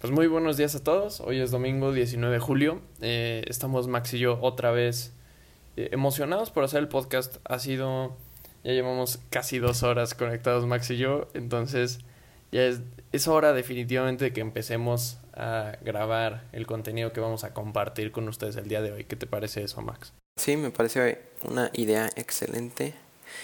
Pues muy buenos días a todos. Hoy es domingo 19 de julio. Estamos Max y yo otra vez emocionados por hacer el podcast. Ya llevamos casi 2 horas conectados Max y yo. Entonces es hora definitivamente de que empecemos a grabar el contenido que vamos a compartir con ustedes el día de hoy. ¿Qué te parece eso, Max? Sí, me parece una idea excelente.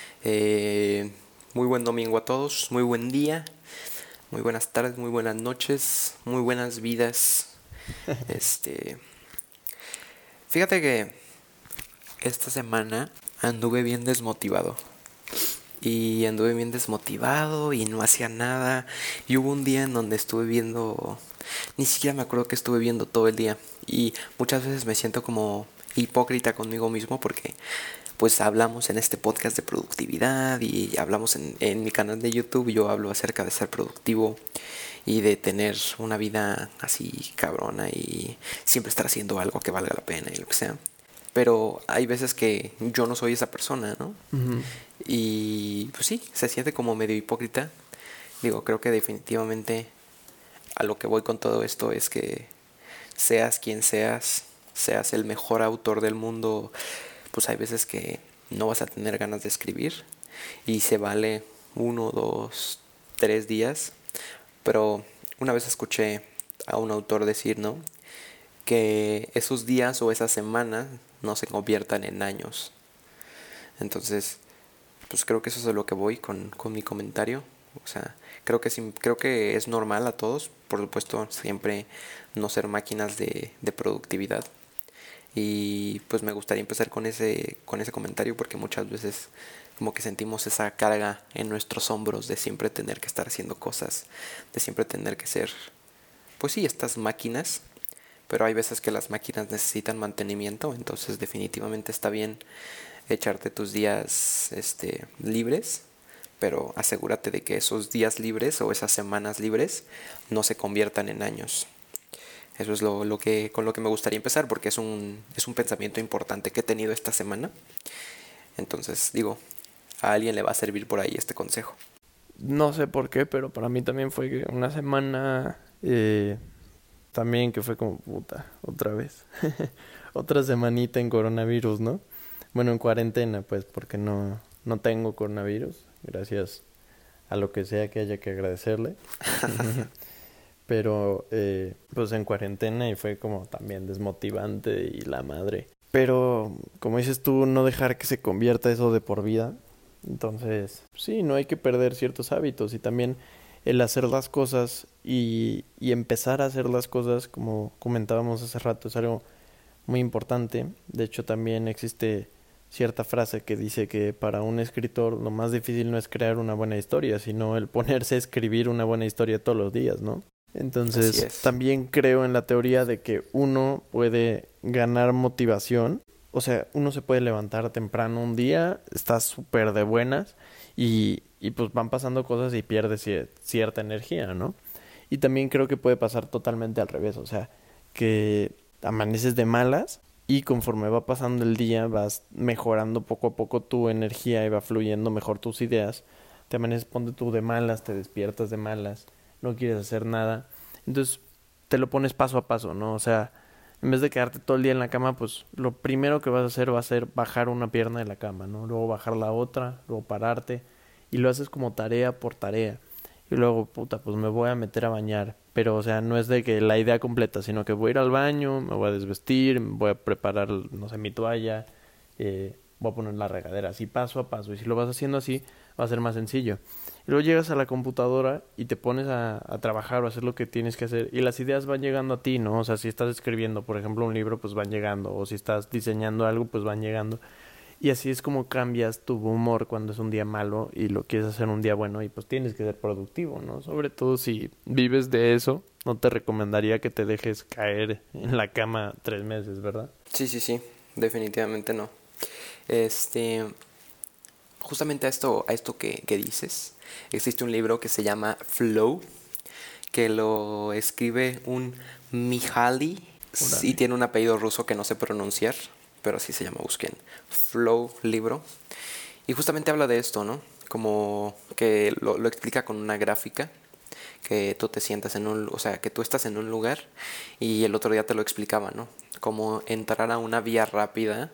Muy buen domingo a todos, muy buen día, muy buenas tardes, muy buenas noches, muy buenas vidas. Este, Fíjate que esta semana anduve bien desmotivado y no hacía nada. Y hubo un día en donde estuve viendo, ni siquiera me acuerdo que estuve viendo todo el día. Y muchas veces me siento como hipócrita conmigo mismo porque pues hablamos en este podcast de productividad y hablamos en mi canal de YouTube. Yo hablo acerca de ser productivo y de tener una vida así cabrona y siempre estar haciendo algo que valga la pena y lo que sea. Pero hay veces que yo no soy esa persona, ¿no? Ujú. Y pues sí, se siente como medio hipócrita. Digo, creo que definitivamente a lo que voy con todo esto es que seas quien seas, seas el mejor autor del mundo, pues hay veces que no vas a tener ganas de escribir y se vale 1, 2, 3 días. Pero una vez escuché a un autor decir, ¿no? Que esos días o esas semanas no se conviertan en años. Entonces, pues creo que eso es a lo que voy con mi comentario. O sea, creo que es normal a todos, por supuesto, siempre no ser máquinas de productividad. Y pues me gustaría empezar con ese comentario porque muchas veces como que sentimos esa carga en nuestros hombros de siempre tener que estar haciendo cosas, de siempre tener que ser, pues sí, estas máquinas, pero hay veces que las máquinas necesitan mantenimiento, entonces definitivamente está bien echarte tus días libres, pero asegúrate de que esos días libres o esas semanas libres no se conviertan en años. Eso es con lo que me gustaría empezar porque es un pensamiento importante que he tenido esta semana. Entonces, digo, a alguien le va a servir por ahí este consejo. No sé por qué, pero para mí también fue una semana también que fue como puta, otra vez. Otra semanita en coronavirus, ¿no? Bueno, en cuarentena, pues, porque no tengo coronavirus, gracias a lo que sea que haya que agradecerle. Pero, pues, en cuarentena y fue como también desmotivante y la madre. Pero, como dices tú, no dejar que se convierta eso de por vida. Entonces, sí, no hay que perder ciertos hábitos y también el hacer las cosas y empezar a hacer las cosas, como comentábamos hace rato, es algo muy importante. De hecho, también existe cierta frase que dice que para un escritor lo más difícil no es crear una buena historia, sino el ponerse a escribir una buena historia todos los días, ¿no? Así Entonces, es. también creo en la teoría de que uno puede ganar motivación. O sea, uno se puede levantar temprano un día, estás súper de buenas y pues van pasando cosas y pierdes cierta energía, ¿no? Y también creo que puede pasar totalmente al revés, o sea, que amaneces de malas y conforme va pasando el día vas mejorando poco a poco tu energía y va fluyendo mejor tus ideas. Te amaneces, ponte tú de malas, te despiertas de malas, no quieres hacer nada. Entonces te lo pones paso a paso, ¿no? O sea, en vez de quedarte todo el día en la cama, pues lo primero que vas a hacer va a ser bajar una pierna de la cama, ¿no? Luego bajar la otra, luego pararte y lo haces como tarea por tarea. Y luego, puta, pues me voy a meter a bañar. Pero, o sea, no es de que la idea completa, sino que voy a ir al baño, me voy a desvestir, voy a preparar, no sé, mi toalla, voy a poner la regadera, así paso a paso. Y si lo vas haciendo así, va a ser más sencillo. Y luego llegas a la computadora y te pones a trabajar o a hacer lo que tienes que hacer. Y las ideas van llegando a ti, ¿no? O sea, si estás escribiendo, por ejemplo, un libro, pues van llegando. O si estás diseñando algo, pues van llegando. Y así es como cambias tu humor cuando es un día malo y lo quieres hacer un día bueno y pues tienes que ser productivo, ¿no? Sobre todo si vives de eso, no te recomendaría que te dejes caer en la cama 3 meses, ¿verdad? Sí, sí, sí, definitivamente no. Este, Justamente a esto que dices, existe un libro que se llama Flow, que lo escribe un Mihaly y Órale. tiene un apellido ruso que no sé pronunciar, pero así se llama, busquen Flow libro. Y justamente habla de esto, ¿no? Como que lo explica con una gráfica Que tú te sientas o sea, que tú estás en un lugar y el otro día te lo explicaba, ¿no? Como entrar a una vía rápida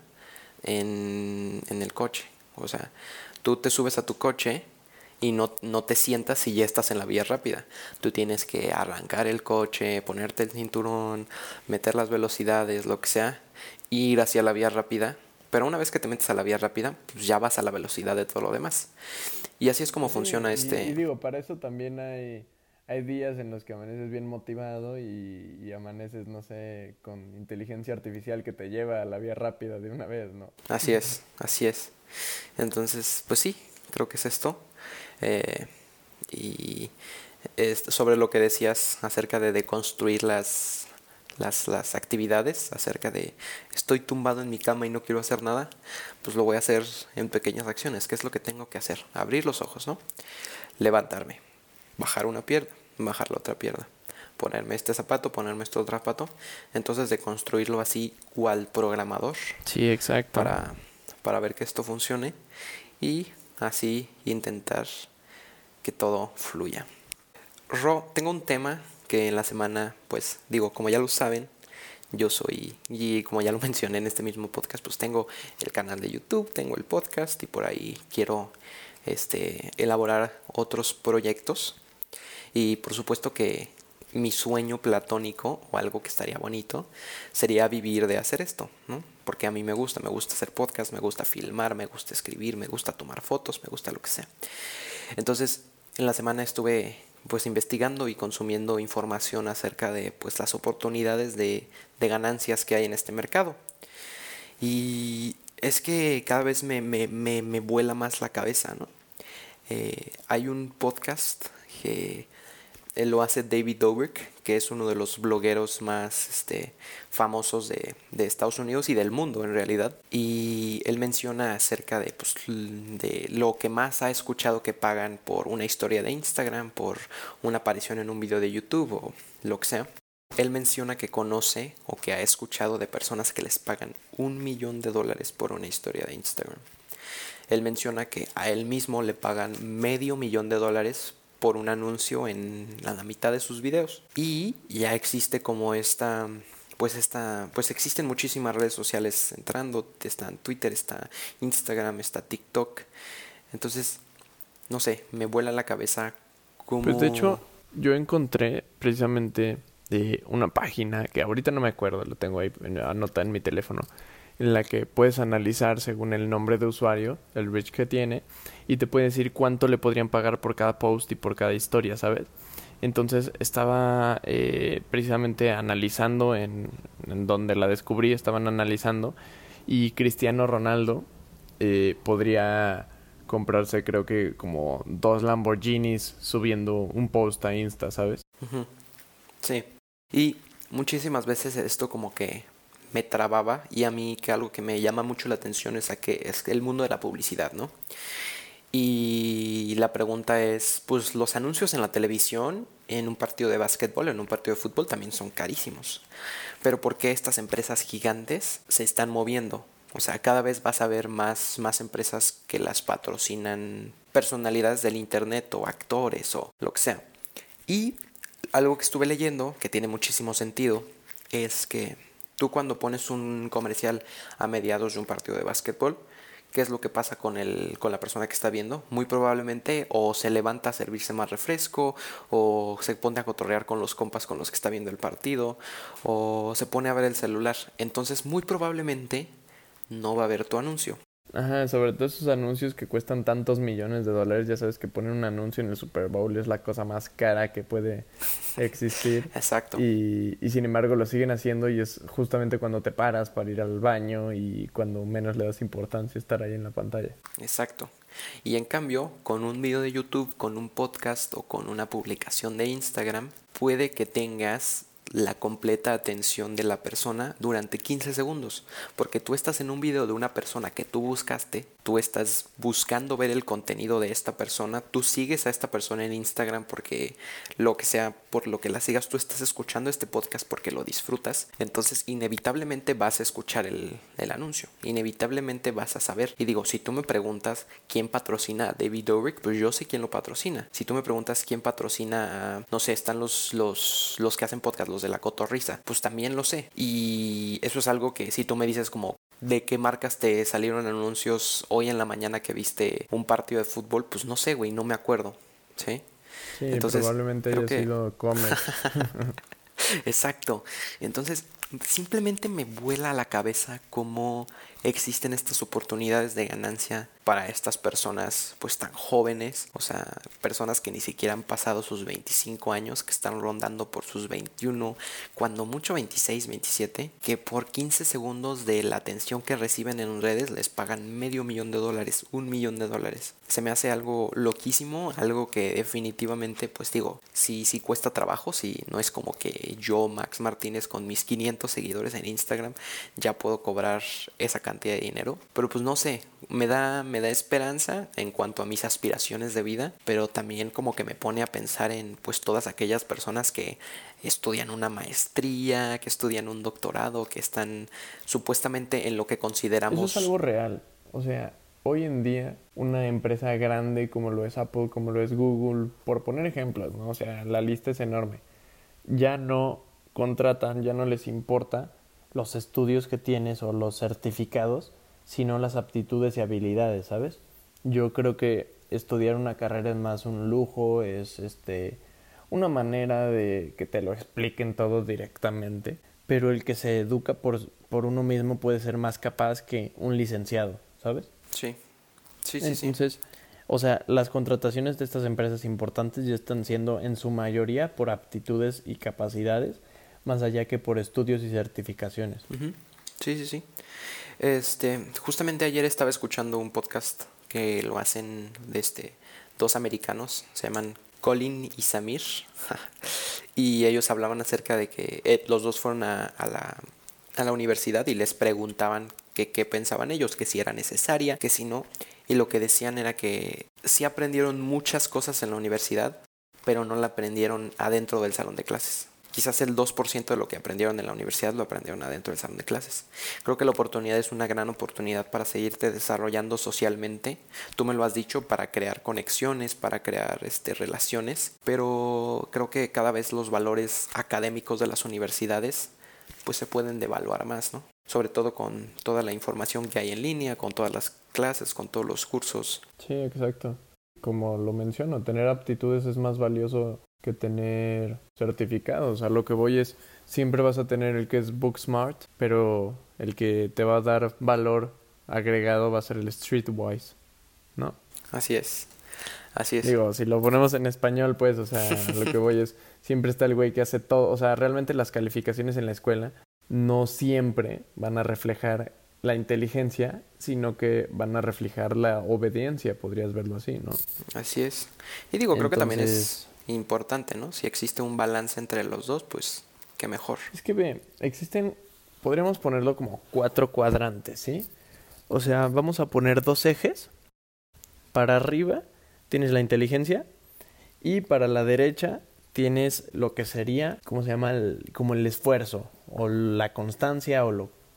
en el coche. O sea, tú te subes a tu coche y no te sientas si ya estás en la vía rápida. Tú tienes que arrancar el coche, ponerte el cinturón, meter las velocidades, lo que sea, ir hacia la vía rápida. Pero una vez que te metes a la vía rápida, pues ya vas a la velocidad de todo lo demás. Y así es como Sí, funciona y digo, para eso también hay días en los que amaneces bien motivado y amaneces, no sé, con inteligencia artificial que te lleva a la vía rápida de una vez, ¿no? Así es, así es. Entonces, pues sí, creo que es esto. Eh, y sobre lo que decías acerca de deconstruir las actividades, acerca de estoy tumbado en mi cama y no quiero hacer nada, pues lo voy a hacer en pequeñas acciones. ¿Qué es lo que tengo que hacer? Abrir los ojos, ¿no? Levantarme, bajar una pierna, bajar la otra pierna, ponerme este zapato, ponerme este otro zapato. Entonces de construirlo así cual programador Sí, exacto. para, para ver que esto funcione y así intentar que todo fluya. Tengo un tema que en la semana, pues digo, como ya lo saben, yo soy, y como ya lo mencioné en este mismo podcast, pues tengo el canal de YouTube, tengo el podcast y por ahí quiero elaborar otros proyectos. Y por supuesto que mi sueño platónico o algo que estaría bonito sería vivir de hacer esto, ¿no? Porque a mí me gusta hacer podcast, me gusta filmar, me gusta escribir, me gusta tomar fotos, me gusta lo que sea. Entonces, en la semana estuve pues investigando y consumiendo información acerca de pues las oportunidades de ganancias que hay en este mercado. Y es que cada vez me vuela más la cabeza, ¿no? Hay un podcast que lo hace David Dobrik, que es uno de los blogueros más famosos de Estados Unidos y del mundo en realidad. Y él menciona acerca de, pues, de lo que más ha escuchado que pagan por una historia de Instagram, por una aparición en un video de YouTube o lo que sea. Él menciona que conoce o que ha escuchado de personas que les pagan $1,000,000 por una historia de Instagram. Él menciona que a él mismo le pagan $500,000 por un anuncio en la mitad de sus videos. Y ya existe como pues existen muchísimas redes sociales entrando. Está en Twitter, está Instagram, está TikTok. Entonces, no sé, me vuela la cabeza Pues de como... hecho, yo encontré precisamente una página que ahorita no me acuerdo, lo tengo ahí anotado en mi teléfono, en la que puedes analizar según el nombre de usuario, el reach que tiene, y te puede decir cuánto le podrían pagar por cada post y por cada historia, ¿sabes? Entonces estaba precisamente analizando en donde la descubrí, estaban analizando, y Cristiano Ronaldo podría comprarse creo que como 2 Lamborghinis subiendo un post a Insta, ¿sabes? Ujú, sí. Y muchísimas veces esto como que me trababa y a mí que algo que me llama mucho la atención es el mundo de la publicidad, ¿no? Y la pregunta es, pues los anuncios en la televisión, en un partido de básquetbol, en un partido de fútbol también son carísimos. Pero ¿por qué estas empresas gigantes se están moviendo? O sea, cada vez vas a ver más empresas que las patrocinan personalidades del internet o actores o lo que sea. Y algo que estuve leyendo, que tiene muchísimo sentido, es que tú cuando pones un comercial a mediados de un partido de básquetbol, ¿qué es lo que pasa con la persona que está viendo? Muy probablemente o se levanta a servirse más refresco, o se pone a cotorrear con los compas con los que está viendo el partido, o se pone a ver el celular. Entonces muy probablemente no va a ver tu anuncio. Ajá, sobre todo esos anuncios que cuestan tantos millones de dólares, ya sabes que ponen un anuncio en el Super Bowl, es la cosa más cara que puede existir. Exacto. Y sin embargo lo siguen haciendo y es justamente cuando te paras para ir al baño y cuando menos le das importancia estar ahí en la pantalla. Exacto. Y en cambio, con un video de YouTube, con un podcast o con una publicación de Instagram, puede que tengas la completa atención de la persona durante 15 segundos. Porque tú estás en un video de una persona que tú buscaste, tú estás buscando ver el contenido de esta persona, tú sigues a esta persona en Instagram porque lo que sea, por lo que la sigas, tú estás escuchando este podcast porque lo disfrutas. Entonces inevitablemente vas a escuchar el anuncio, inevitablemente vas a saber. Y digo, si tú me preguntas quién patrocina a David Dobrik, pues yo sé quién lo patrocina. Si tú me preguntas quién patrocina a, no sé, están los que hacen podcast, los de La Cotorrisa, pues también lo sé. Y eso es algo que si tú me dices como de qué marcas te salieron anuncios hoy en la mañana que viste un partido de fútbol, pues no sé, güey, no me acuerdo, ¿sí? Sí, Entonces, probablemente creo haya que sido Comex. exacto. Entonces, simplemente me vuela a la cabeza cómo existen estas oportunidades de ganancia para estas personas pues tan jóvenes, o sea, personas que ni siquiera han pasado sus 25 años, que están rondando por sus 21, cuando mucho 26, 27, que por 15 segundos de la atención que reciben en redes les pagan $500,000, $1,000,000. Se me hace algo loquísimo, algo que definitivamente, pues digo, sí cuesta trabajo, sí, no es como que yo, Max Martínez, con mis 500 seguidores en Instagram, ya puedo cobrar esa cantidad de dinero, pero pues no sé, me da esperanza en cuanto a mis aspiraciones de vida, pero también como que me pone a pensar en pues todas aquellas personas que estudian una maestría, que estudian un doctorado, que están supuestamente en lo que Eso es consideramos. algo real. O sea, hoy en día una empresa grande como lo es Apple, como lo es Google, por poner ejemplos, ¿no? O sea, la lista es enorme. Ya no contratan, ya no les importa los estudios que tienes o los certificados, sino las aptitudes y habilidades, ¿sabes? Yo creo que estudiar una carrera es más un lujo, es una manera de que te lo expliquen todos directamente, pero el que se educa por uno mismo puede ser más capaz que un licenciado, ¿sabes? Sí, sí. Entonces, o sea, las contrataciones de estas empresas importantes ya están siendo en su mayoría por aptitudes y capacidades, más allá que por estudios y certificaciones. Ujú. Sí. Justamente ayer estaba escuchando un podcast que lo hacen dos americanos, se llaman Colin y Samir, y ellos hablaban acerca de que los dos fueron a la universidad y les preguntaban que qué pensaban ellos, que si era necesaria, que si no, y lo que decían era que sí aprendieron muchas cosas en la universidad, pero no la aprendieron adentro del salón de clases. Quizás el 2% de lo que aprendieron en la universidad lo aprendieron adentro del salón de clases. Creo que la oportunidad es una gran oportunidad para seguirte desarrollando socialmente. Tú me lo has dicho, para crear conexiones, para crear relaciones. Pero creo que cada vez los valores académicos de las universidades pues se pueden devaluar más, ¿no? Sobre todo con toda la información que hay en línea, con todas las clases, con todos los cursos. Sí, exacto. Como lo menciono, tener aptitudes es más valioso que tener certificados. A lo que voy es, siempre vas a tener el que es book smart, pero el que te va a dar valor agregado va a ser el streetwise, ¿no? Así es, así es. Digo, si lo ponemos en español, pues, o sea, lo que voy es, siempre está el güey que hace todo. O sea, realmente las calificaciones en la escuela no siempre van a reflejar la inteligencia, sino que van a reflejar la obediencia, podrías verlo así, ¿no? Así es. Y digo, creo que también es Entonces, importante, ¿no? Si existe un balance entre los dos, pues qué mejor. es que ve, existen, podríamos ponerlo como 4 cuadrantes, ¿sí? O sea, vamos a poner 2 ejes. Para arriba tienes la inteligencia y para la derecha tienes lo que sería, ¿cómo se llama? Como el esfuerzo o la constancia o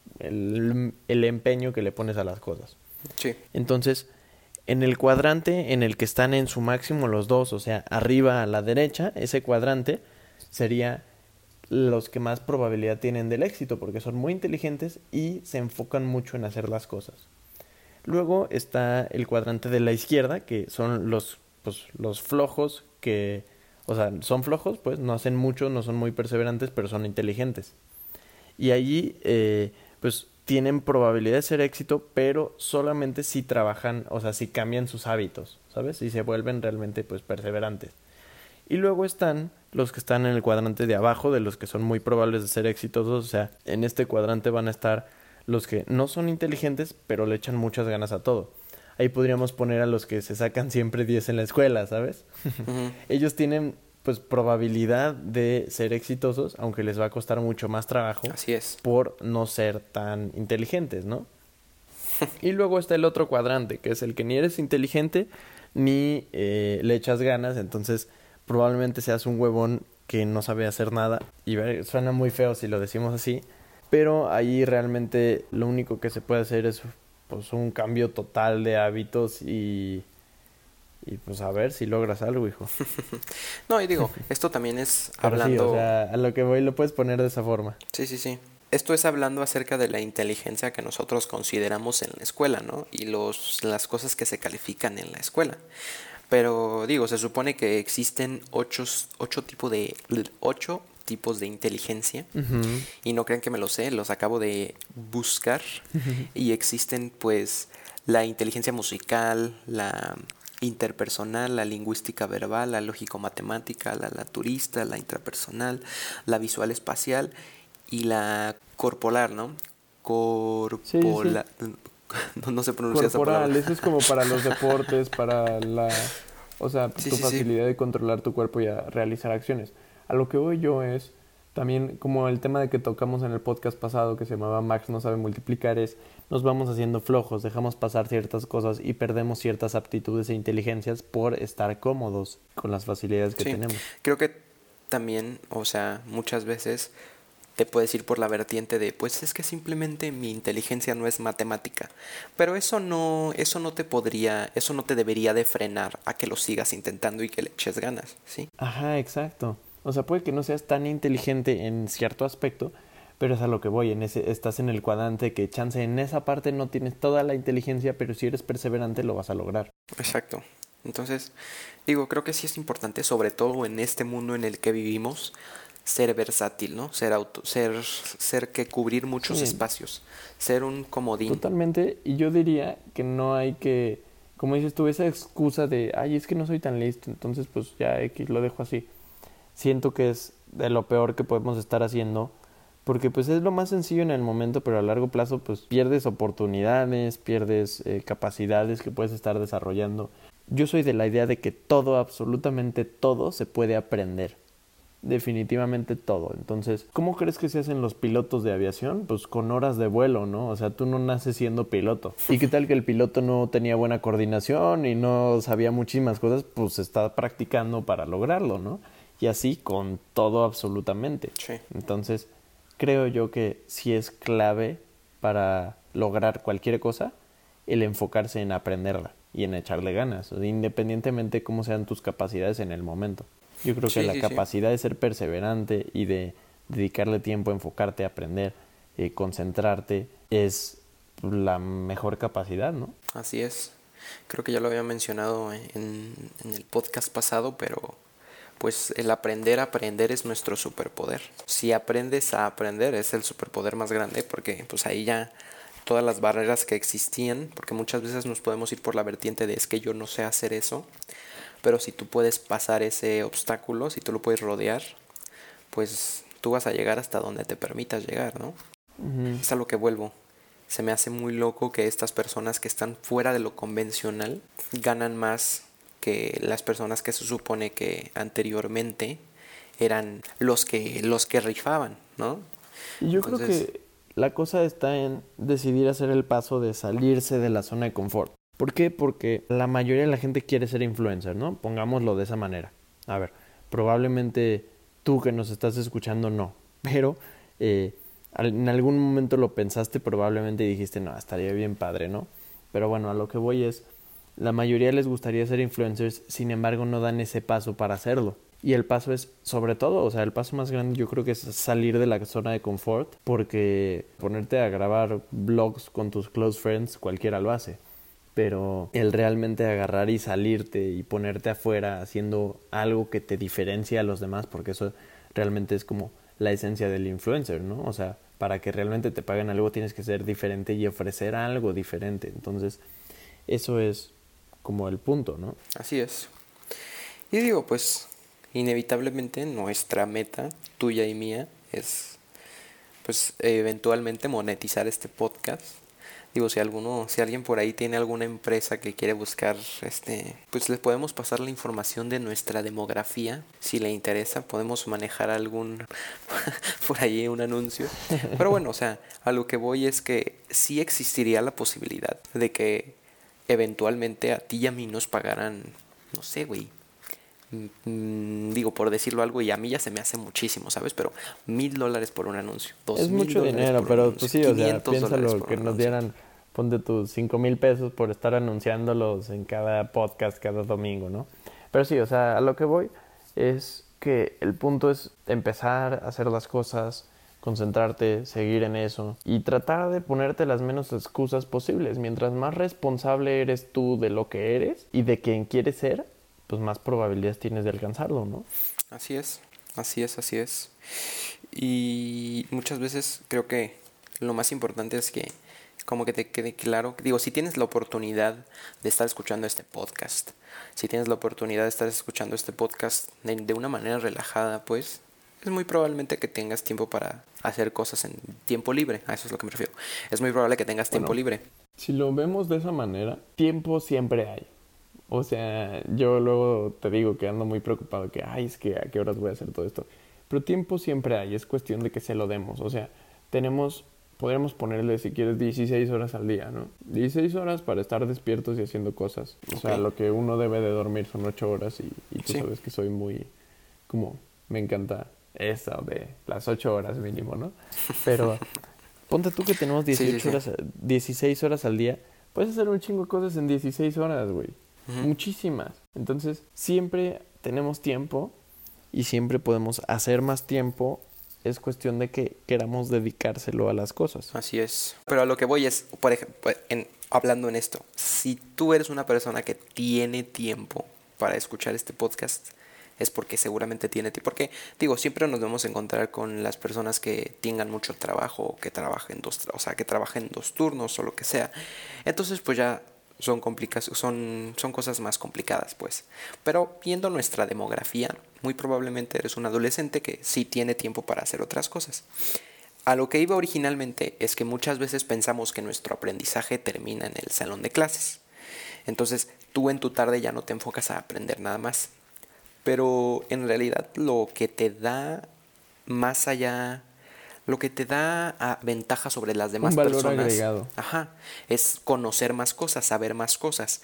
el empeño que le pones a las cosas. Sí. Entonces, en el cuadrante en el que están en su máximo los dos, o sea, arriba a la derecha, ese cuadrante sería los que más probabilidad tienen del éxito porque son muy inteligentes y se enfocan mucho en hacer las cosas. Luego está el cuadrante de la izquierda, que son los flojos que, o sea, son flojos, pues, no hacen mucho, no son muy perseverantes, pero son inteligentes. Y allí, pues, tienen probabilidad de ser éxito, pero solamente si trabajan, o sea, si cambian sus hábitos, ¿sabes? Y se vuelven realmente, pues, perseverantes. Y luego están los que están en el cuadrante de abajo, de los que son muy probables de ser exitosos, o sea, en este cuadrante van a estar los que no son inteligentes, pero le echan muchas ganas a todo. Ahí podríamos poner a los que se sacan siempre 10 en la escuela, ¿sabes? Uh-huh. Ellos tienen pues probabilidad de ser exitosos, aunque les va a costar mucho más trabajo. Así es. Por no ser tan inteligentes, ¿no? Y luego está el otro cuadrante, que es el que ni eres inteligente ni le echas ganas, entonces probablemente seas un huevón que no sabe hacer nada. Y suena muy feo si lo decimos así, pero ahí realmente lo único que se puede hacer es pues un cambio total de hábitos y pues a ver si logras algo, hijo. No, y digo, esto también es Pero hablando... sí, o sea, a lo que voy lo puedes poner de esa forma. Sí. Esto es hablando acerca de la inteligencia que nosotros consideramos en la escuela, ¿no? Y las cosas que se califican en la escuela. Pero digo, se supone que existen ocho tipos de inteligencia. Uh-huh. Y no crean que me lo sé, los acabo de buscar. Y existen pues la inteligencia musical, la interpersonal, la lingüística verbal, la lógico-matemática, la naturista, la intrapersonal, la visual espacial y la corporal, ¿no? Sí, sí. No sé pronunciar esa palabra. Corporal, eso es como para los deportes, para o sea, Sí, tu sí, sí. facilidad de controlar tu cuerpo y a realizar acciones. A lo que voy yo es también como el tema de que tocamos en el podcast pasado que se llamaba Max no sabe multiplicar es nos vamos haciendo flojos, dejamos pasar ciertas cosas y perdemos ciertas aptitudes e inteligencias por estar cómodos con las facilidades que Sí, tenemos. creo que también, o sea, muchas veces te puedes ir por la vertiente de, pues es que simplemente mi inteligencia no es matemática. Pero eso no te debería de frenar a que lo sigas intentando y que le eches ganas, ¿sí? Ajá, exacto. O sea, puede que no seas tan inteligente en cierto aspecto, pero es a lo que voy. Estás en el cuadrante que chance en esa parte no tienes toda la inteligencia, pero si eres perseverante lo vas a lograr. Exacto. Entonces, digo, creo que sí es importante, sobre todo en este mundo en el que vivimos, ser versátil, ¿no? Ser que cubrir muchos Sí, espacios, ser un comodín. totalmente. Y yo diría que no hay que, como dices tú, esa excusa de, ay, es que no soy tan listo, entonces pues ya X lo dejo así. Siento que es de lo peor que podemos estar haciendo, porque pues es lo más sencillo en el momento, pero a largo plazo pues pierdes oportunidades, pierdes capacidades que puedes estar desarrollando. Yo soy de la idea de que todo, absolutamente todo, se puede aprender. Definitivamente todo. Entonces, ¿cómo crees que se hacen los pilotos de aviación? Pues con horas de vuelo, ¿no? O sea, tú no naces siendo piloto. ¿Y qué tal que el piloto no tenía buena coordinación y no sabía muchísimas cosas? Pues está practicando para lograrlo, ¿no? Y así con todo absolutamente. Sí, Entonces, creo yo que sí es clave para lograr cualquier cosa el enfocarse en aprenderla y en echarle ganas, independientemente cómo sean tus capacidades en el momento. Yo creo que sí, la sí, sí. capacidad de ser perseverante y de dedicarle tiempo, enfocarte, aprender, concentrarte, es la mejor capacidad, ¿no? Así es. Creo que ya lo había mencionado en el podcast pasado, pero pues el aprender a aprender es nuestro superpoder. Si aprendes a aprender es el superpoder más grande porque pues ahí ya todas las barreras que existían, porque muchas veces nos podemos ir por la vertiente de es que yo no sé hacer eso, pero si tú puedes pasar ese obstáculo, si tú lo puedes rodear, pues tú vas a llegar hasta donde te permitas llegar, ¿no? Uh-huh. Es a lo que vuelvo. Se me hace muy loco que estas personas que están fuera de lo convencional ganan más que las personas que se supone que anteriormente eran los que rifaban, ¿no? Y yo creo Entonces, que la cosa está en decidir hacer el paso de salirse de la zona de confort. ¿Por qué? Porque la mayoría de la gente quiere ser influencer, ¿no? Pongámoslo de esa manera. A ver, probablemente tú que nos estás escuchando no, pero en algún momento lo pensaste probablemente y dijiste, no, estaría bien padre, ¿no? Pero bueno, a lo que voy es, la mayoría les gustaría ser influencers, sin embargo no dan ese paso para hacerlo. Y el paso es, sobre todo, o sea, el paso más grande yo creo que es salir de la zona de confort, porque ponerte a grabar vlogs con tus close friends, cualquiera lo hace. Pero el realmente agarrar y salirte y ponerte afuera haciendo algo que te diferencia a los demás, porque eso realmente es como la esencia del influencer, ¿no? O sea, para que realmente te paguen algo tienes que ser diferente y ofrecer algo diferente. Entonces, eso es como el punto, ¿no? así es. Y digo, pues, inevitablemente nuestra meta, tuya y mía, es, pues, eventualmente monetizar este podcast. Digo, si alguien por ahí tiene alguna empresa que quiere buscar, pues les podemos pasar la información de nuestra demografía. Si le interesa, podemos manejar algún, por ahí un anuncio. Pero bueno, o sea, a lo que voy es que sí existiría la posibilidad de que eventualmente a ti y a mí nos pagaran, no sé, güey. Digo, por decirlo algo, y a mí ya se me hace muchísimo, ¿sabes? Pero $1,000 por un anuncio, Es mucho $2,000 dinero, por un pero pues anuncio, sí, o sea, $500 piénsalo por que un nos anuncio. dieran, ponte tus 5,000 pesos por estar anunciándolos en cada podcast, cada domingo, ¿no? Pero sí, o sea, a lo que voy es que el punto es empezar a hacer las cosas, concentrarte, seguir en eso y tratar de ponerte las menos excusas posibles. Mientras más responsable eres tú de lo que eres y de quien quieres ser, pues más probabilidades tienes de alcanzarlo, ¿no? Así es, así es, así es. Y muchas veces creo que lo más importante es que como que te quede claro, digo, si tienes la oportunidad de estar escuchando este podcast, si tienes la oportunidad de estar escuchando este podcast de una manera relajada, pues es muy probablemente que tengas tiempo para hacer cosas en tiempo libre, a eso es lo que me refiero. Es muy probable que tengas tiempo Bueno, libre. si lo vemos de esa manera, tiempo siempre hay. O sea, yo luego te digo que ando muy preocupado que, ay, es que a qué horas voy a hacer todo esto. Pero tiempo siempre hay, es cuestión de que se lo demos. O sea, podríamos ponerle, si quieres, 16 horas al día, ¿no? 16 horas para estar despiertos y haciendo cosas. O sea, Ok, lo que uno debe de dormir son 8 horas y tú sí, sabes que soy muy, como, me encanta esa de las 8 horas mínimo, ¿no? Pero ponte tú que tenemos sí, sí, 18 sí. horas, 16 horas al día. Puedes hacer un chingo de cosas en 16 horas, güey. Ujú. Muchísimas. Entonces, siempre tenemos tiempo y siempre podemos hacer más tiempo. Es cuestión de que queramos dedicárselo a las cosas. Así es. Pero a lo que voy es, por ejemplo, hablando en esto, si tú eres una persona que tiene tiempo para escuchar este podcast, es porque seguramente tiene tiempo. Porque, digo, siempre nos vamos a encontrar con las personas que tengan mucho trabajo, que trabajen o sea, que trabajen 2 turnos o lo que sea. Entonces, pues ya son cosas más complicadas, pues. Pero viendo nuestra demografía, muy probablemente eres un adolescente que sí tiene tiempo para hacer otras cosas. A lo que iba originalmente es que muchas veces pensamos que nuestro aprendizaje termina en el salón de clases. Entonces, tú en tu tarde ya no te enfocas a aprender nada más. Pero en realidad lo que te da más allá, lo que te da ventaja sobre las Un demás valor personas, agregado. ajá, es conocer más cosas, saber más cosas.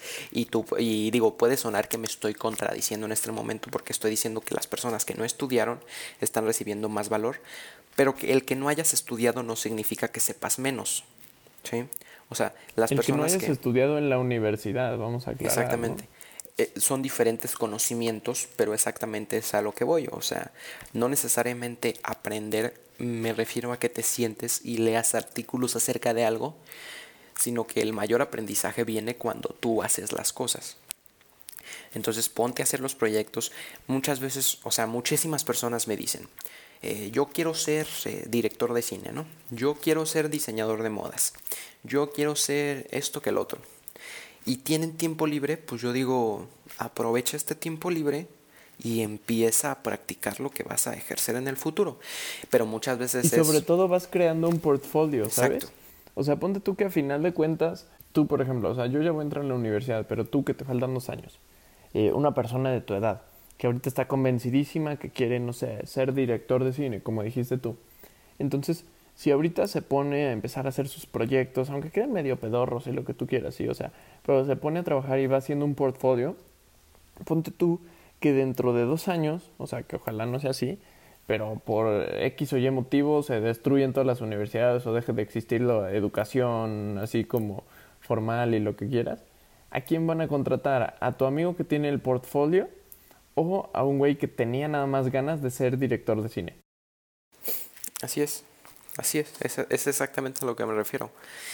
Y digo, puede sonar que me estoy contradiciendo en este momento porque estoy diciendo que las personas que no estudiaron están recibiendo más valor, pero que el que no hayas estudiado no significa que sepas menos, ¿sí? O sea, las El que no personas hayas que estudiado en la universidad, vamos a aclarar, ¿no? exactamente. Son diferentes conocimientos, pero exactamente es a lo que voy. O sea, no necesariamente aprender, me refiero a que te sientes y leas artículos acerca de algo, sino que el mayor aprendizaje viene cuando tú haces las cosas. Entonces ponte a hacer los proyectos. Muchas veces, o sea, muchísimas personas me dicen, yo quiero ser director de cine, ¿no? Yo quiero ser diseñador de modas. Yo quiero ser esto que el otro y tienen tiempo libre, pues yo digo, aprovecha este tiempo libre y empieza a practicar lo que vas a ejercer en el futuro. Pero muchas Y veces sobre es todo vas creando un portfolio, exacto. ¿sabes? O sea, ponte tú que a final de cuentas, tú por ejemplo, o sea, yo ya voy a entrar en la universidad, pero tú que te faltan 2 años, una persona de tu edad, que ahorita está convencidísima que quiere, no sé, ser director de cine, como dijiste tú. Entonces, si ahorita se pone a empezar a hacer sus proyectos, aunque queden medio pedorros y lo que tú quieras, sí, o sea, pero se pone a trabajar y va haciendo un portfolio, ponte tú que dentro de 2 años, o sea, que ojalá no sea así, pero por X o Y motivo se destruyen todas las universidades o deje de existir la educación así como formal y lo que quieras, ¿a quién van a contratar? ¿A tu amigo que tiene el portfolio o a un güey que tenía nada más ganas de ser director de cine? Así es. Así es exactamente a lo que me refiero.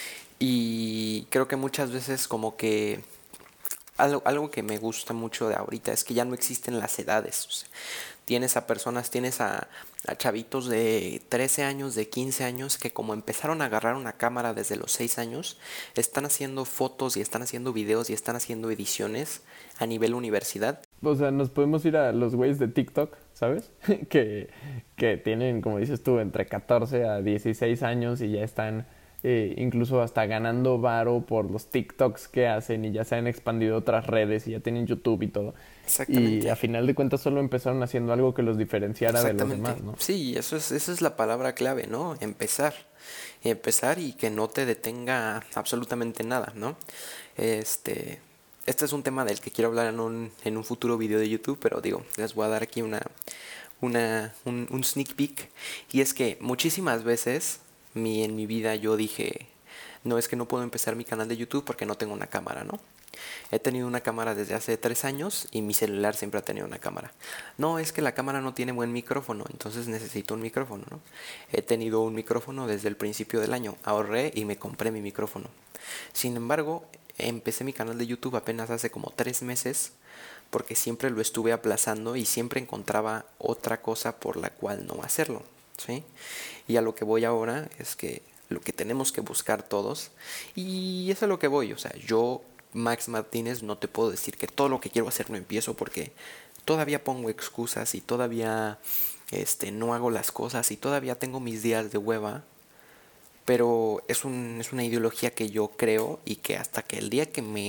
Y creo que muchas veces como que algo que me gusta mucho de ahorita es que ya no existen las edades. O sea, tienes a chavitos de 13 años, de 15 años, que como empezaron a agarrar una cámara desde los 6 años, están haciendo fotos y están haciendo videos y están haciendo ediciones a nivel universidad. O sea, nos podemos ir a los güeyes de TikTok, ¿sabes? que, que tienen, como dices tú, entre 14 a 16 años y ya están incluso hasta ganando varo por los TikToks que hacen y ya se han expandido a otras redes y ya tienen YouTube y todo. Y a Exactamente. final de cuentas solo empezaron haciendo algo que los diferenciara de los Exactamente. demás, ¿no? Sí, esa es la palabra clave, ¿no? Empezar. Empezar y que no te detenga absolutamente nada, ¿no? Este, este es un tema del que quiero hablar en un futuro video de YouTube, pero digo, les voy a dar aquí un sneak peek. Y es que muchísimas veces en mi vida yo dije, no es que no puedo empezar mi canal de YouTube porque no tengo una cámara, ¿no? He tenido una cámara desde hace 3 años y mi celular siempre ha tenido una cámara. No, es que la cámara no tiene buen micrófono, entonces necesito un micrófono, ¿no? He tenido un micrófono desde el principio del año, ahorré y me compré mi micrófono. Sin embargo, empecé mi canal de YouTube apenas hace como 3 meses porque siempre lo estuve aplazando y siempre encontraba otra cosa por la cual no hacerlo, ¿sí? Y a lo que voy ahora es que lo que tenemos que buscar todos, y eso es a lo que voy, o sea, yo, Max Martínez, no te puedo decir que todo lo que quiero hacer no empiezo porque todavía pongo excusas y todavía no hago las cosas y todavía tengo mis días de hueva, pero es una ideología que yo creo y que hasta que el día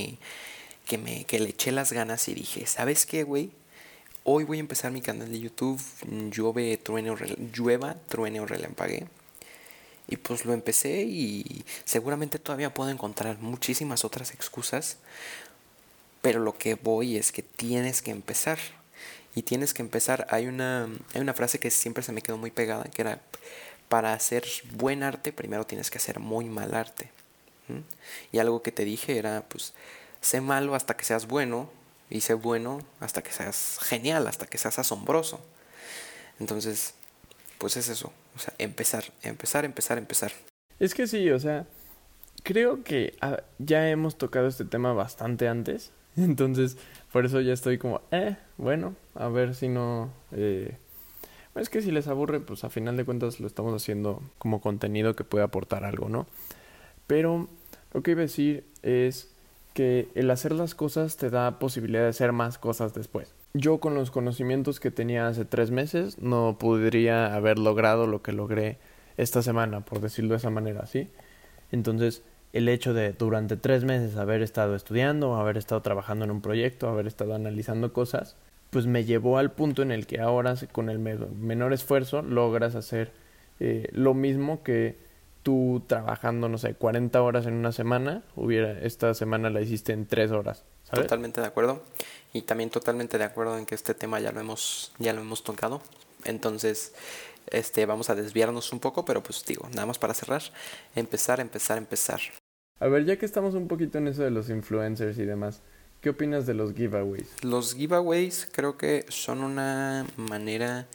que le eché las ganas y dije, ¿sabes qué, güey? Hoy voy a empezar mi canal de YouTube, llueva, truene o relampaguee. Y pues lo empecé y seguramente todavía puedo encontrar muchísimas otras excusas, pero lo que voy es que tienes que empezar. Y tienes que empezar, hay una frase que siempre se me quedó muy pegada, que era, para hacer buen arte, primero tienes que hacer muy mal arte. ¿Mm? Y algo que te dije era, pues, sé malo hasta que seas bueno, y sé bueno hasta que seas genial, hasta que seas asombroso. Entonces, pues es eso, o sea, empezar, empezar, empezar, empezar. Es que sí, o sea, creo que ya hemos tocado este tema bastante antes. Entonces, por eso ya estoy como, bueno, a ver si no... es que si les aburre, pues a final de cuentas lo estamos haciendo como contenido que puede aportar algo, ¿no? Pero lo que iba a decir es que el hacer las cosas te da posibilidad de hacer más cosas después. Yo con los conocimientos que tenía hace 3 meses no podría haber logrado lo que logré esta semana, por decirlo de esa manera, ¿sí? Entonces, el hecho de durante 3 meses haber estado estudiando, haber estado trabajando en un proyecto, haber estado analizando cosas, pues me llevó al punto en el que ahora con el menor esfuerzo logras hacer lo mismo que tú trabajando, no sé, 40 horas en una semana, esta semana la hiciste en 3 horas, ¿sabes? Totalmente de acuerdo. Y también totalmente de acuerdo en que este tema ya lo hemos tocado. Entonces, vamos a desviarnos un poco, pero pues digo, nada más para cerrar, empezar, empezar, empezar. A ver, ya que estamos un poquito en eso de los influencers y demás, ¿qué opinas de los giveaways? Los giveaways creo que son una manera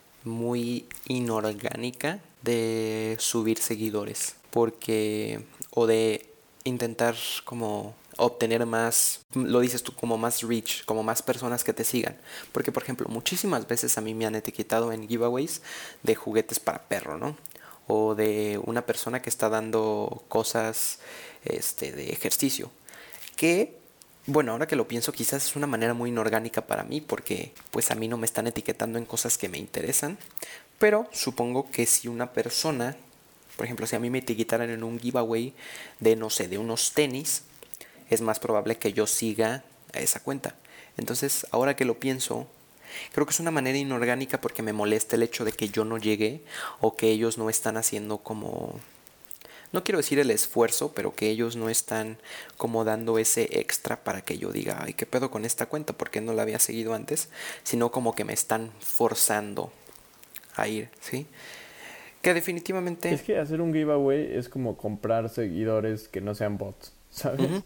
muy inorgánica de subir seguidores, porque o de intentar como obtener más, lo dices tú, como más reach, como más personas que te sigan, porque por ejemplo muchísimas veces a mí me han etiquetado en giveaways de juguetes para perro, ¿no? O de una persona que está dando cosas de ejercicio, que bueno, ahora que lo pienso, quizás es una manera muy inorgánica para mí porque pues a mí no me están etiquetando en cosas que me interesan, pero supongo que si una persona, por ejemplo, si a mí me etiquetaran en un giveaway de, no sé, de unos tenis, es más probable que yo siga a esa cuenta. Entonces, ahora que lo pienso, creo que es una manera inorgánica porque me molesta el hecho de que yo no llegue o que ellos no están haciendo como, no quiero decir el esfuerzo, pero que ellos no están como dando ese extra para que yo diga, ay, ¿qué pedo con esta cuenta? ¿Por qué no la había seguido antes? Sino como que me están forzando a ir, ¿sí? Que definitivamente... Es que hacer un giveaway es como comprar seguidores que no sean bots, Ujú. ¿sabes?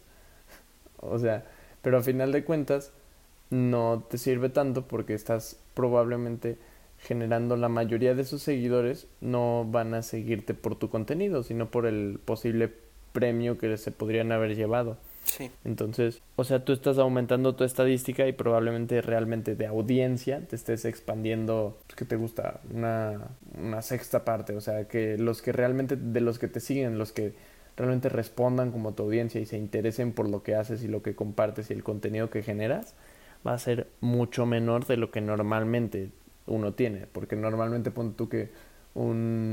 O sea, pero a final de cuentas no te sirve tanto porque estás probablemente generando la mayoría de esos seguidores no van a seguirte por tu contenido, sino por el posible premio que se podrían haber llevado. Sí, Entonces, o sea, tú estás aumentando tu estadística y probablemente realmente de audiencia te estés expandiendo, pues, ¿qué te gusta? Una sexta parte, o sea, que los que realmente, de los que te siguen, los que realmente respondan como tu audiencia y se interesen por lo que haces y lo que compartes y el contenido que generas, va a ser mucho menor de lo que normalmente uno tiene, porque normalmente pon tú que un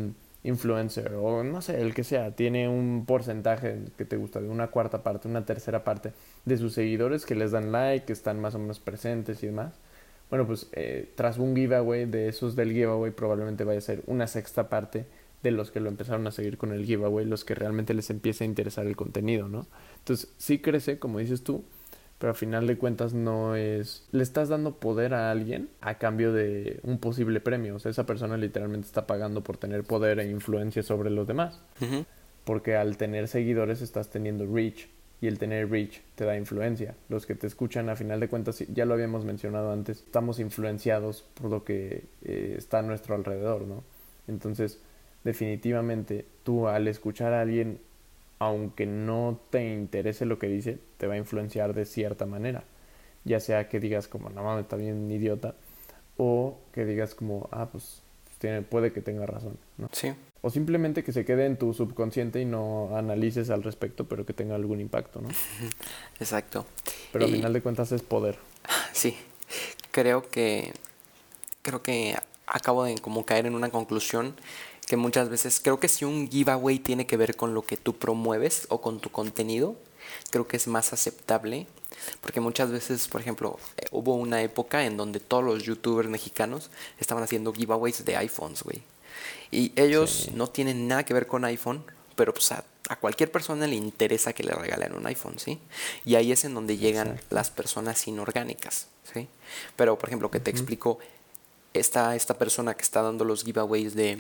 influencer o no sé, el que sea, tiene un porcentaje que te gusta, de una cuarta parte, una tercera parte de sus seguidores que les dan like, que están más o menos presentes y demás. Bueno, pues tras un giveaway de esos del giveaway probablemente vaya a ser una sexta parte de los que lo empezaron a seguir con el giveaway, los que realmente les empieza a interesar el contenido, ¿no? Entonces sí crece, como dices tú, pero al final de cuentas no es... Le estás dando poder a alguien a cambio de un posible premio. O sea, esa persona literalmente está pagando por tener poder e influencia sobre los demás. Ujú. Porque al tener seguidores estás teniendo reach. Y el tener reach te da influencia. Los que te escuchan, a final de cuentas, ya lo habíamos mencionado antes, estamos influenciados por lo que está a nuestro alrededor, ¿no? Entonces, definitivamente, tú al escuchar a alguien, aunque no te interese lo que dice, te va a influenciar de cierta manera. Ya sea que digas como, no mames, está bien idiota, o que digas como, pues puede que tenga razón, ¿no? Sí, O simplemente que se quede en tu subconsciente y no analices al respecto, pero que tenga algún impacto, ¿no? exacto. Pero a Y final de cuentas es poder. sí, creo que creo que acabo de como caer en una conclusión que muchas veces creo que si un giveaway tiene que ver con lo que tú promueves o con tu contenido, creo que es más aceptable. Porque muchas veces, por ejemplo, hubo una época en donde todos los youtubers mexicanos estaban haciendo giveaways de iPhones, güey. Y ellos Sí, no tienen nada que ver con iPhone, pero pues a cualquier persona le interesa que le regalen un iPhone, ¿sí? Y ahí es en donde llegan exacto. las personas inorgánicas, ¿sí? Pero, por ejemplo, que te Ujú. explico, esta persona que está dando los giveaways de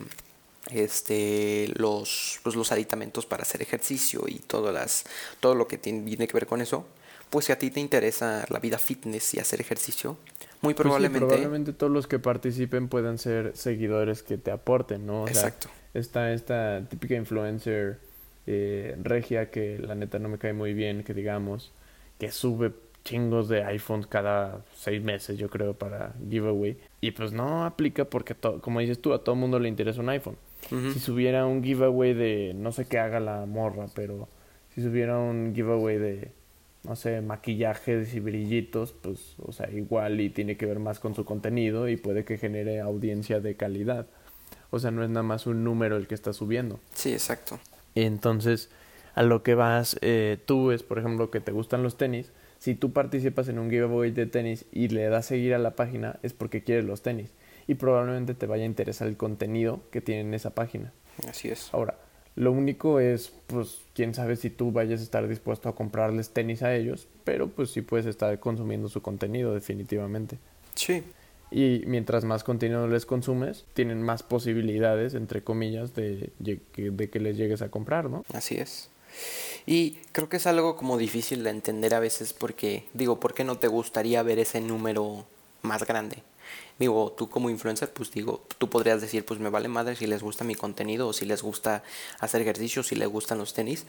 los aditamentos para hacer ejercicio y todo lo que tiene que ver con eso, pues si a ti te interesa la vida fitness y hacer ejercicio, muy Pues sí, probablemente, probablemente todos los que participen puedan ser seguidores que te aporten, ¿no? O sea, exacto, está esta típica influencer regia que la neta no me cae muy bien, que digamos, que sube chingos de iPhones cada 6 meses, yo creo, para giveaway. Y pues no aplica porque, como dices tú, a todo mundo le interesa un iPhone. ujú, Si subiera un giveaway de, no sé qué haga la morra, pero si subiera un giveaway de, no sé, maquillajes y brillitos, pues, o sea, igual y tiene que ver más con su contenido y puede que genere audiencia de calidad. O sea, no es nada más un número el que está subiendo. sí, exacto, Entonces, a lo que vas, tú es, por ejemplo, que te gustan los tenis. Si tú participas en un giveaway de tenis y le das seguir a la página, es porque quieres los tenis. Y probablemente te vaya a interesar el contenido que tiene en esa página. así es. Ahora, lo único es, pues, quién sabe si tú vayas a estar dispuesto a comprarles tenis a ellos, pero pues sí puedes estar consumiendo su contenido definitivamente. Sí, Y mientras más contenido les consumes, tienen más posibilidades, entre comillas, de que les llegues a comprar, ¿no? así es. Y creo que es algo como difícil de entender a veces porque, digo, ¿por qué no te gustaría ver ese número más grande? Digo, tú como influencer, pues digo, tú podrías decir, pues me vale madre si les gusta mi contenido o si les gusta hacer ejercicio, si les gustan los tenis.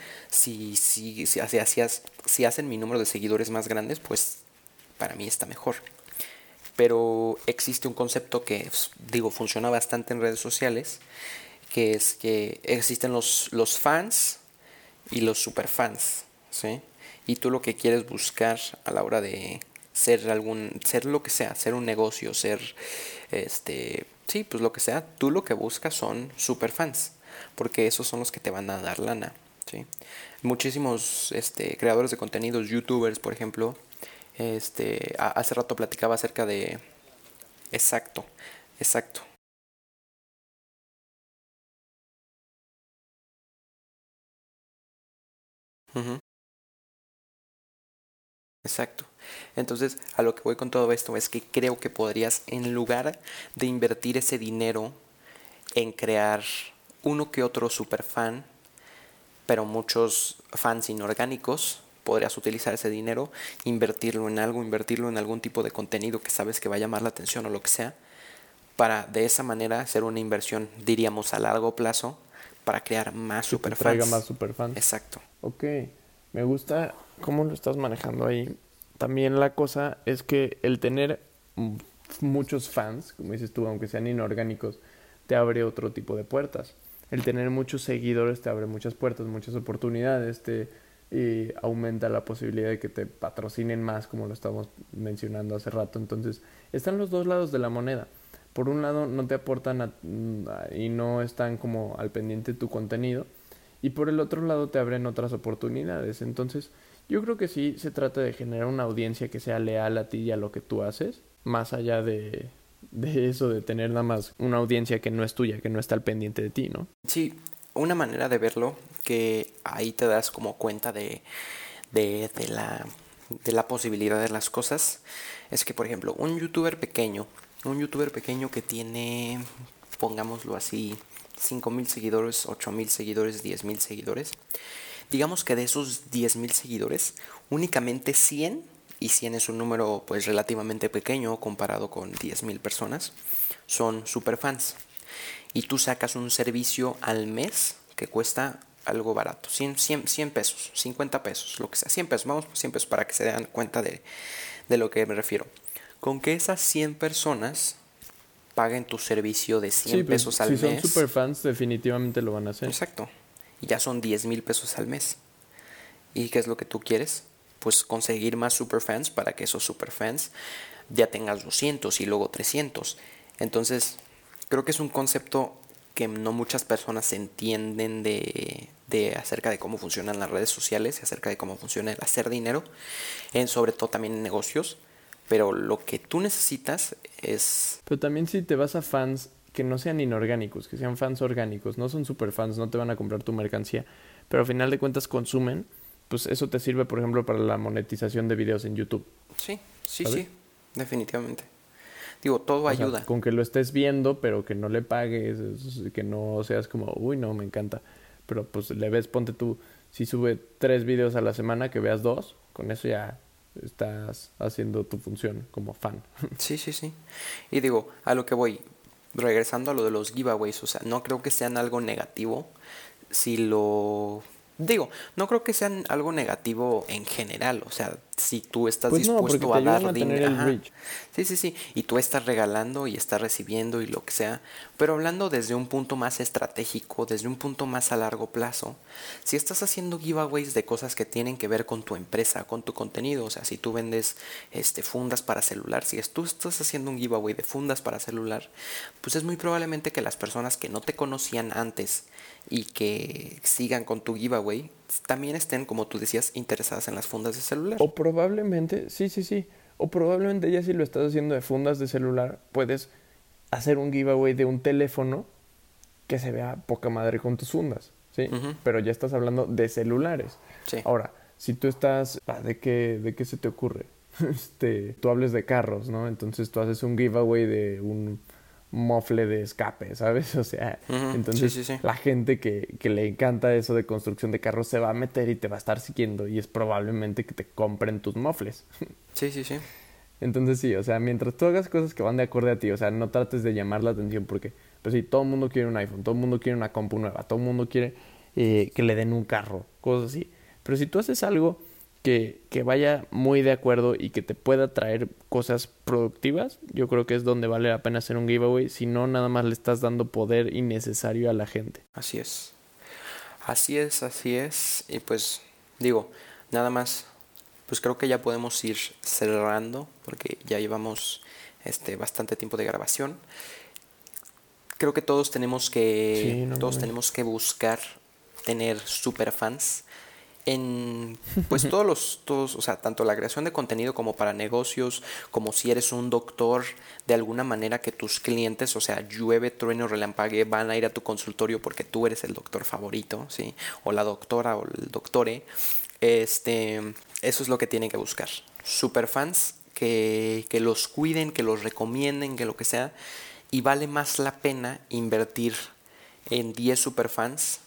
Si hacen mi número de seguidores más grandes, pues para mí está mejor. Pero existe un concepto que, pues, digo, funciona bastante en redes sociales, que es que existen los fans y los superfans, ¿sí? Y tú lo que quieres buscar a la hora de ser lo que sea, ser un negocio, sí, pues lo que sea, tú lo que buscas son superfans, porque esos son los que te van a dar lana, ¿sí? Muchísimos, creadores de contenidos, youtubers, por ejemplo, hace rato platicaba acerca de, exacto, exacto, ujú, exacto. Entonces, a lo que voy con todo esto es que creo que podrías, en lugar de invertir ese dinero en crear uno que otro super fan, pero muchos fans inorgánicos, podrías utilizar ese dinero, invertirlo en algo, invertirlo en algún tipo de contenido que sabes que va a llamar la atención o lo que sea, para de esa manera hacer una inversión, diríamos, a largo plazo, para crear más Que te traiga más superfans. superfans. Exacto. Ok, me gusta cómo lo estás manejando ahí. También la cosa es que el tener mm, muchos fans, como dices tú, aunque sean inorgánicos, te abre otro tipo de puertas. El tener muchos seguidores te abre muchas puertas, muchas oportunidades, te aumenta la posibilidad de que te patrocinen más, como lo estábamos mencionando hace rato. Entonces, están los dos lados de la moneda. por un lado no te aportan y no están como al pendiente de tu contenido, y por el otro lado te abren otras oportunidades. Entonces, yo creo que sí se trata de generar una audiencia que sea leal a ti y a lo que tú haces, más allá de eso, de tener nada más una audiencia que no es tuya, que no está al pendiente de ti, ¿no? Sí, una manera de verlo que ahí te das como cuenta de, de la, de la posibilidad de las cosas es que, por ejemplo, un youtuber pequeño que tiene, pongámoslo así, 5,000 seguidores, 8,000 seguidores, 10,000 seguidores, digamos que de esos 10,000 seguidores, únicamente 100, y 100 es un número pues relativamente pequeño comparado con 10,000 personas, son superfans. Y tú sacas un servicio al mes que cuesta algo barato, 100 pesos, 50 pesos, lo que sea, 100 pesos, vamos por 100 pesos para que se den cuenta de lo que me refiero. Con que esas 100 personas paguen tu servicio de 100 Sí, pues pesos al si son mes, super fans definitivamente lo van a hacer. exacto, y ya son 10,000 pesos al mes. ¿Y qué es lo que tú quieres? Pues conseguir más superfans para que esos superfans ya tengas 200 y luego 300. Entonces, creo que es un concepto que no muchas personas entienden de acerca de cómo funcionan las redes sociales y acerca de cómo funciona el hacer dinero, sobre todo también en negocios. Pero lo que tú necesitas es... Pero también si te vas a fans que no sean inorgánicos, que sean fans orgánicos, no son super fans, no te van a comprar tu mercancía, pero al final de cuentas consumen, pues eso te sirve, por ejemplo, para la monetización de videos en YouTube. Sí, sí, ¿Sabes? sí, definitivamente. Digo, todo O sea, ayuda. con que lo estés viendo, pero que no le pagues, que no seas como, uy, no, me encanta. Pero pues le ves, ponte tú, si sube 3 videos a la semana, que veas 2, con eso ya estás haciendo tu función como fan. Sí, sí, sí. Y digo, a lo que voy, regresando a lo de los giveaways, o sea, no creo que sean algo negativo si lo... Digo, no creo que sean algo negativo en general, o sea, si tú estás Pues no, porque dispuesto te a ayudan dar a tener dinero, el ajá, reach. sí, sí, sí, y tú estás regalando y estás recibiendo y lo que sea, pero hablando desde un punto más estratégico, desde un punto más a largo plazo, si estás haciendo giveaways de cosas que tienen que ver con tu empresa, con tu contenido, o sea, si tú vendes fundas para celular, si tú estás haciendo un giveaway de fundas para celular, pues es muy probablemente que las personas que no te conocían antes y que sigan con tu giveaway también estén, como tú decías, interesadas en las fundas de celular. O probablemente, sí, sí, sí. O probablemente ya si lo estás haciendo de fundas de celular, puedes hacer un giveaway de un teléfono que se vea poca madre con tus fundas, ¿sí? Ujú, Pero ya estás hablando de celulares. sí. Ahora, si tú estás, ¿de qué se te ocurre? Tú hables de carros, ¿no? Entonces tú haces un giveaway de un mofle de escape, ¿sabes? O sea, Ujú, sí, entonces sí, sí. la gente que le encanta eso de construcción de carros se va a meter y te va a estar siguiendo y es probablemente que te compren tus mofles. Sí, sí, sí. Entonces sí, o sea, mientras tú hagas cosas que van de acorde a ti, o sea, no trates de llamar la atención porque, pues sí, todo el mundo quiere un iPhone, todo el mundo quiere una compu nueva, todo el mundo quiere que le den un carro, cosas así. Pero si tú haces algo que vaya muy de acuerdo y que te pueda traer cosas productivas, yo creo que es donde vale la pena hacer un giveaway, si no, nada más le estás dando poder innecesario a la gente. Así es. Así es, así es. Y pues digo, nada más, pues creo que ya podemos ir cerrando porque ya llevamos bastante tiempo de grabación. Creo que Sí, no todos mames. tenemos que buscar tener super fans en pues todos, o sea, tanto la creación de contenido como para negocios, como si eres un doctor, de alguna manera que tus clientes, o sea, llueve, trueno, relampague, van a ir a tu consultorio porque tú eres el doctor favorito, ¿sí? O la doctora o el doctore. Eso es lo que tienen que buscar. Superfans que los cuiden, que los recomienden, que lo que sea. Y vale más la pena invertir en 10 superfans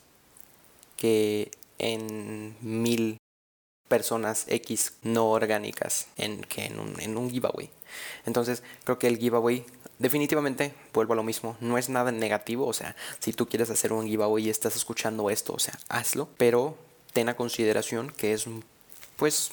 que en 1,000 personas X no orgánicas en un giveaway. Entonces creo que el giveaway definitivamente, vuelvo a lo mismo, no es nada negativo, o sea, si tú quieres hacer un giveaway y estás escuchando esto, o sea, hazlo, pero ten a consideración que es pues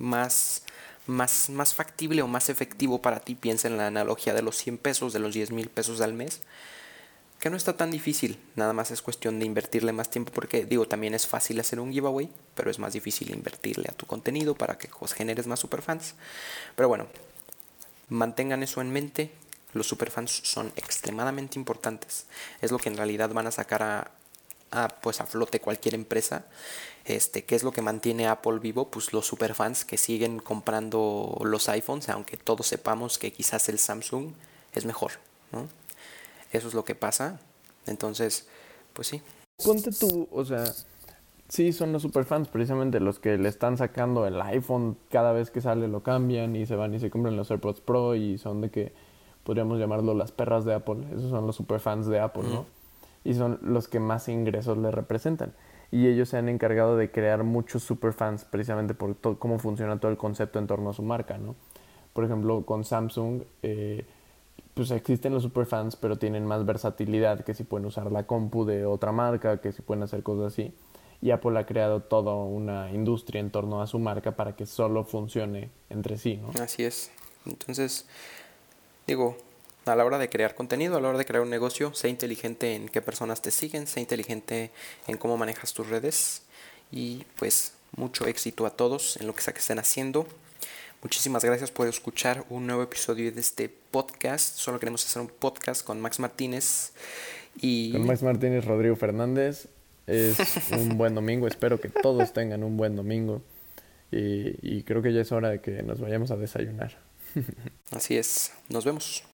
más factible o más efectivo para ti. Piensa en la analogía de los 100 pesos, de los 10,000 pesos al mes, que no está tan difícil, nada más es cuestión de invertirle más tiempo porque digo, también es fácil hacer un giveaway, pero es más difícil invertirle a tu contenido para que pues, generes más superfans. Pero bueno, mantengan eso en mente, los superfans son extremadamente importantes. Es lo que en realidad van a sacar pues a flote cualquier empresa. ¿Qué es lo que mantiene a Apple vivo? Pues los superfans que siguen comprando los iPhones, aunque todos sepamos que quizás el Samsung es mejor, ¿no? Eso es lo que pasa. Entonces, pues sí. Ponte tú, o sea, sí son los superfans precisamente los que le están sacando el iPhone cada vez que sale, lo cambian y se van y se compran los AirPods Pro y son de que podríamos llamarlo las perras de Apple. Esos son los superfans de Apple, ¿no? Y son los que más ingresos le representan. Y ellos se han encargado de crear muchos superfans precisamente por cómo funciona todo el concepto en torno a su marca, ¿no? Por ejemplo, con Samsung, pues existen los superfans, pero tienen más versatilidad, que si pueden usar la compu de otra marca, que si pueden hacer cosas así. Y Apple ha creado toda una industria en torno a su marca para que solo funcione entre sí, ¿no? Así es. Entonces, digo, a la hora de crear contenido, a la hora de crear un negocio, sé inteligente en qué personas te siguen, sé inteligente en cómo manejas tus redes y pues mucho éxito a todos en lo que sea que estén haciendo. Muchísimas gracias por escuchar un nuevo episodio de este podcast. Solo queremos hacer un podcast con Max Martínez y... Con Max Martínez, Rodrigo Fernández. Es un buen domingo. Espero que todos tengan un buen domingo. Y creo que ya es hora de que nos vayamos a desayunar. Así es. Nos vemos.